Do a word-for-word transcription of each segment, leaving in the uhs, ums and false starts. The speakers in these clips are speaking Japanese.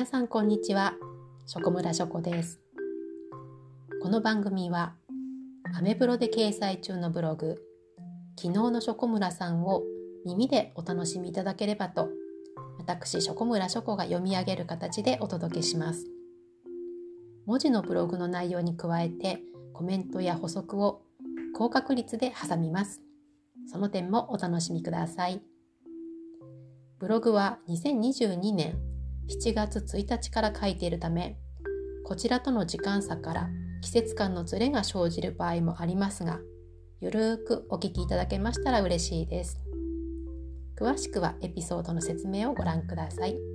さんこんにちは、しょこむらしょこです。この番組はアメブロで掲載中のブログ昨日のしょこむらさんを耳でお楽しみいただければと、私しょこむらしょこが読み上げる形でお届けします。文字のブログの内容に加えてコメントや補足を高確率で挟みます。その点もお楽しみください。ブログはにせんにじゅうにねんしちがつついたちから書いているため、こちらとの時間差から季節感のずれが生じる場合もありますが、ゆるーくお聞きいただけましたら嬉しいです。詳しくはエピソードの説明をご覧ください。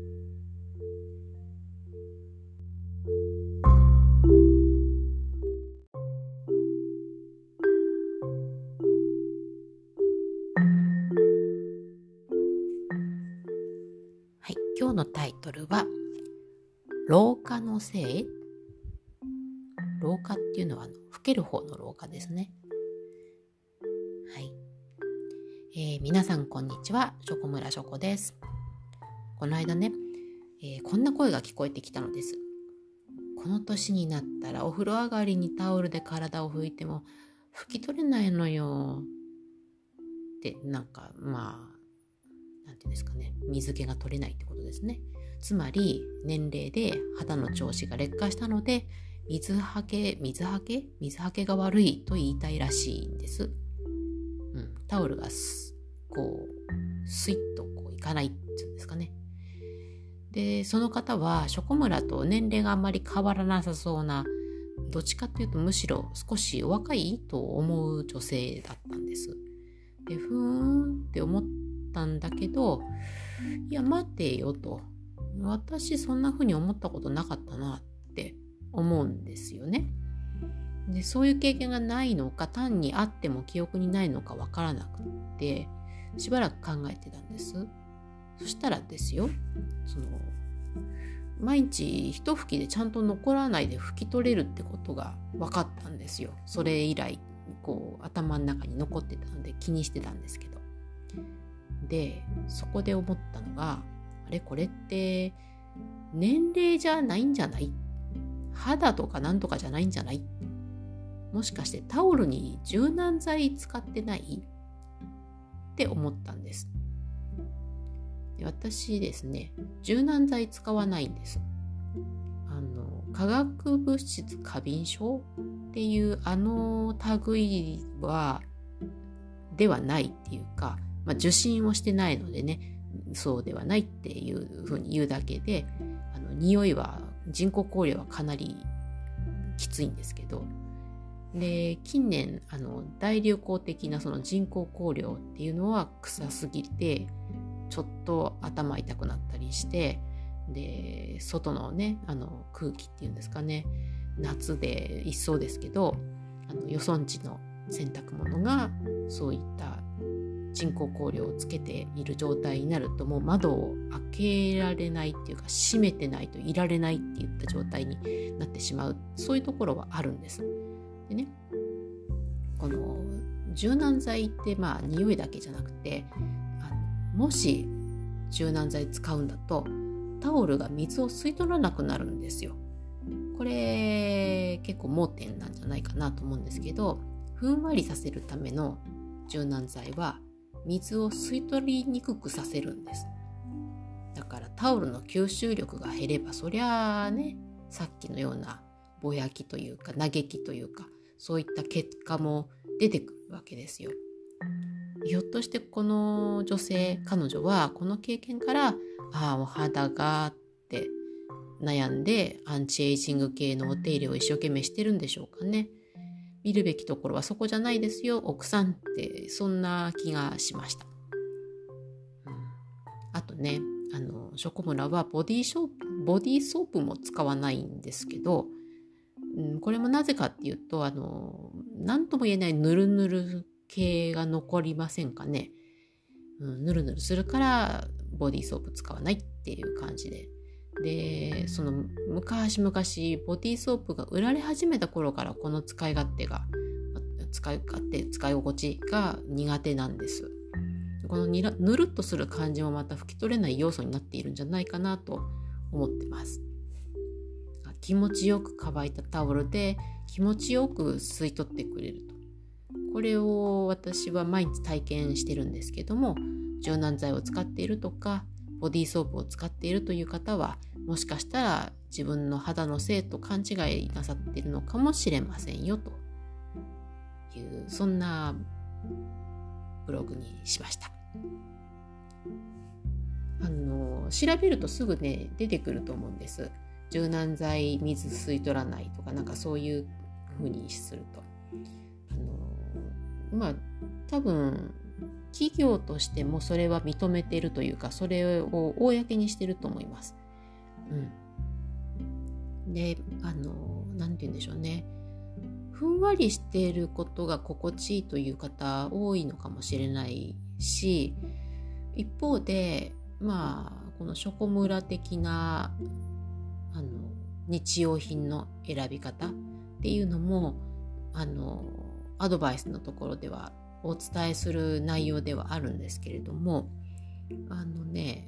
はい、今日のタイトルは老化のせい。老化っていうのはあの老ける方の老化ですね。はい、えー、皆さんこんにちは、しょこむらしょこです。この間ね、えー、こんな声が聞こえてきたのです。この年になったらお風呂上がりにタオルで体を拭いても拭き取れないのよってなんかまあなんていうんですかね、水気が取れないってことですね。つまり年齢で肌の調子が劣化したので水はけ水はけ水はけが悪いと言いたいらしいんです、うん、タオルがこうスイッとこういかないっていうんですかね。でその方はしょこむらと年齢があんまり変わらなさそうな、どっちかっていうとむしろ少しお若いと思う女性だったんです。でふーんって思ったんだけど、いや待てよと、私そんな風に思ったことなかったなって思うんですよね。でそういう経験がないのか、単にあっても記憶にないのかわからなくってしばらく考えてたんです。そしたらですよ、その毎日一拭きでちゃんと残らないで拭き取れるってことが分かったんですよ。それ以来こう頭の中に残ってたので気にしてたんですけど、でそこで思ったのが、あれこれって年齢じゃないんじゃない、肌とかなんとかじゃないんじゃない、もしかしてタオルに柔軟剤使ってないって思ったんです。で私ですね、柔軟剤使わないんです。あの化学物質過敏症っていうあの類はではないっていうか、まあ、受診をしてないのでね、そうではないっていうふうに言うだけで、あの匂いは人工香料はかなりきついんですけど、で近年あの大流行的なその人工香料っていうのは臭すぎてちょっと頭痛くなったりして、で外のねあの空気っていうんですかね、夏で一層ですけど、あのよそんちの洗濯物がそういった人工香料をつけている状態になると、もう窓を開けられないっていうか閉めてないといられないっていった状態になってしまう、そういうところはあるんです。でね、この柔軟剤ってまあ匂いだけじゃなくて、あのもし柔軟剤使うんだとタオルが水を吸い取らなくなるんですよ。これ結構盲点なんじゃないかなと思うんですけど、ふんわりさせるための柔軟剤は水を吸い取りにくくさせるんです。だからタオルの吸収力が減れば、そりゃあね、さっきのようなぼやきというか嘆きというか、そういった結果も出てくるわけですよ。ひょっとしてこの女性、彼女はこの経験から、ああお肌がって悩んでアンチエイジング系のお手入れを一生懸命してるんでしょうかね。見るべきところはそこじゃないですよ奥さんって、そんな気がしました、うん、あとね、あのしょこむらはボディーショープボディーソープも使わないんですけど、うん、これもなぜかっていうと、あの何とも言えないヌルヌル系が残りませんかね、うん、ヌルヌルするからボディーソープ使わないっていう感じで、でその昔々ボディーソープが売られ始めた頃からこの使い勝手が使い勝手使い心地が苦手なんです。このにらぬるっとする感じもまた拭き取れない要素になっているんじゃないかなと思ってます。気持ちよく乾いたタオルで気持ちよく吸い取ってくれると。これを私は毎日体験してるんですけども、柔軟剤を使っているとかボディーソープを使っているという方は、もしかしたら自分の肌のせいと勘違いなさっているのかもしれませんよという、そんなブログにしました。あの調べるとすぐね出てくると思うんです。柔軟剤水吸い取らないとか、なんかそういう風にすると、あのまあ多分企業としてもそれは認めているというか、それを公にしていると思います。うん、で、あのなんて言うんでしょうね、ふんわりしていることが心地いいという方多いのかもしれないし、一方でまあこのショコムラ的なあの日用品の選び方っていうのもあのアドバイスのところではお伝えする内容ではあるんですけれども、あのね、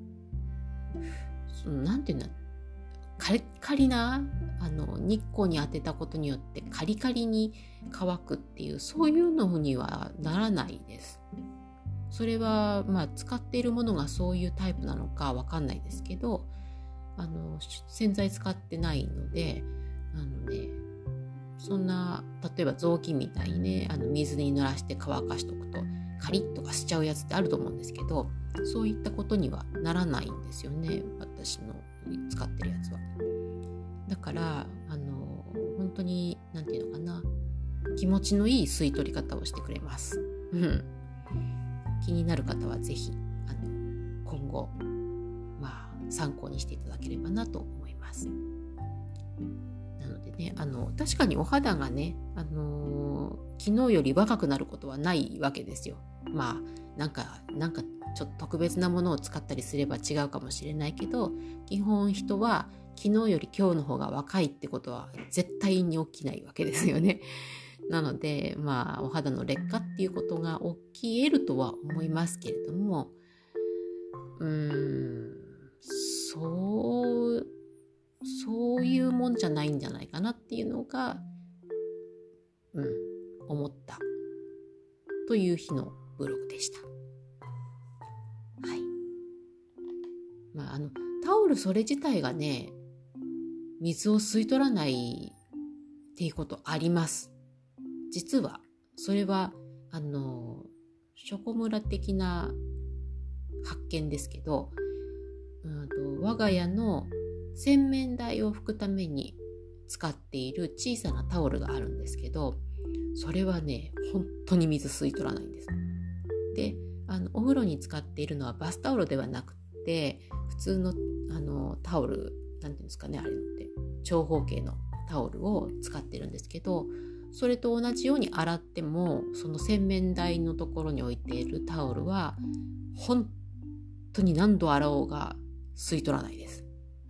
そのなんていうんだ、カリカリなあの日光に当てたことによってカリカリに乾くっていう、そういうのにはならないです。それはまあ使っているものがそういうタイプなのかわかんないですけど、あの洗剤使ってないので、あのね、そんな例えば雑巾みたいにね、あの水に濡らして乾かしとくとカリッとかしちゃうやつってあると思うんですけど、そういったことにはならないんですよね、私の使ってるやつは。だからあの本当になんていうのかな、気持ちのいい吸い取り方をしてくれます。うん、気になる方はぜひあの今後まあ参考にしていただければなと思います。なのでね、あの確かにお肌がね、あのー、昨日より若くなることはないわけですよ。まあなんかなんかちょっと特別なものを使ったりすれば違うかもしれないけど、基本人は昨日より今日の方が若いってことは絶対に起きないわけですよね。なのでまあお肌の劣化っていうことが起き得るとは思いますけれども、うーんそうそういうもんじゃないんじゃないかなっていうのが、うん、思ったという日のブログでした。はい。まああのタオルそれ自体がね、水を吸い取らないっていうことあります。実はそれはあのショコムラ的な発見ですけど、うんと我が家の洗面台を拭くために使っている小さなタオルがあるんですけど、それはね本当に水吸い取らないんです。で、あのお風呂に使っているのはバスタオルではなくて普通のあのタオル、なんていうんですかね、あれって長方形のタオルを使ってるんですけど、それと同じように洗ってもその洗面台のところに置いているタオルは本当に何度洗おうが吸い取らないです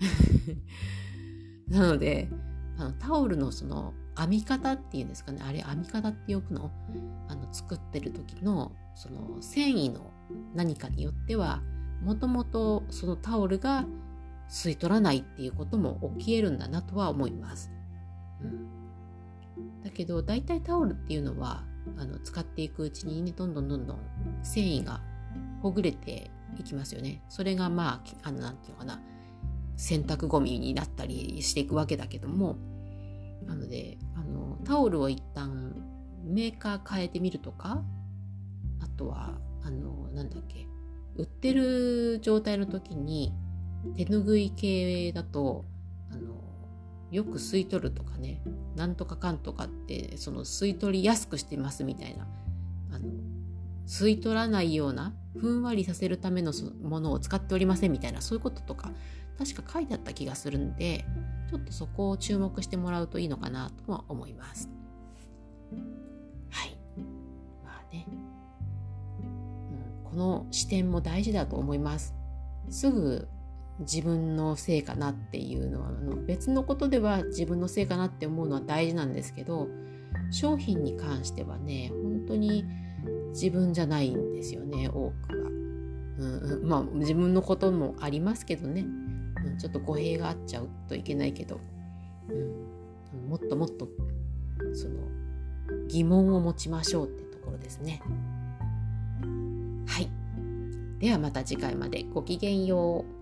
なのであのタオルのその編み方っていうんですかね、あれ編み方って呼ぶの、あの作ってる時のその繊維の何かによってはもともとそのタオルが吸い取らないっていうことも起きえるんだなとは思います、うん、だけどだいたいタオルっていうのはあの使っていくうちにね、どんどんどんどん繊維がほぐれていきますよね。それがまあ、あのなんていうのかな、洗濯ゴミになったりしていくわけだけども、なのであのタオルを一旦メーカー変えてみるとか、あとはあのなんだっけ、売ってる状態の時に手ぬぐい系だとあのよく吸い取るとかね、なんとかかんとかってその吸い取りやすくしてますみたいな、あの吸い取らないようなふんわりさせるためのものを使っておりませんみたいな、そういうこととか確か書いてあった気がするんで、ちょっとそこを注目してもらうといいのかなとは思います。はい。まあね、うん、この視点も大事だと思います。すぐ自分のせいかなっていうのは、あの別のことでは自分のせいかなって思うのは大事なんですけど、商品に関してはね、本当に自分じゃないんですよね、多くは。うん、まあ自分のこともありますけどね。 うん、ちょっと語弊があっちゃうといけないけど、うん、もっともっとその疑問を持ちましょうってところですね。はい。ではまた次回までごきげんよう。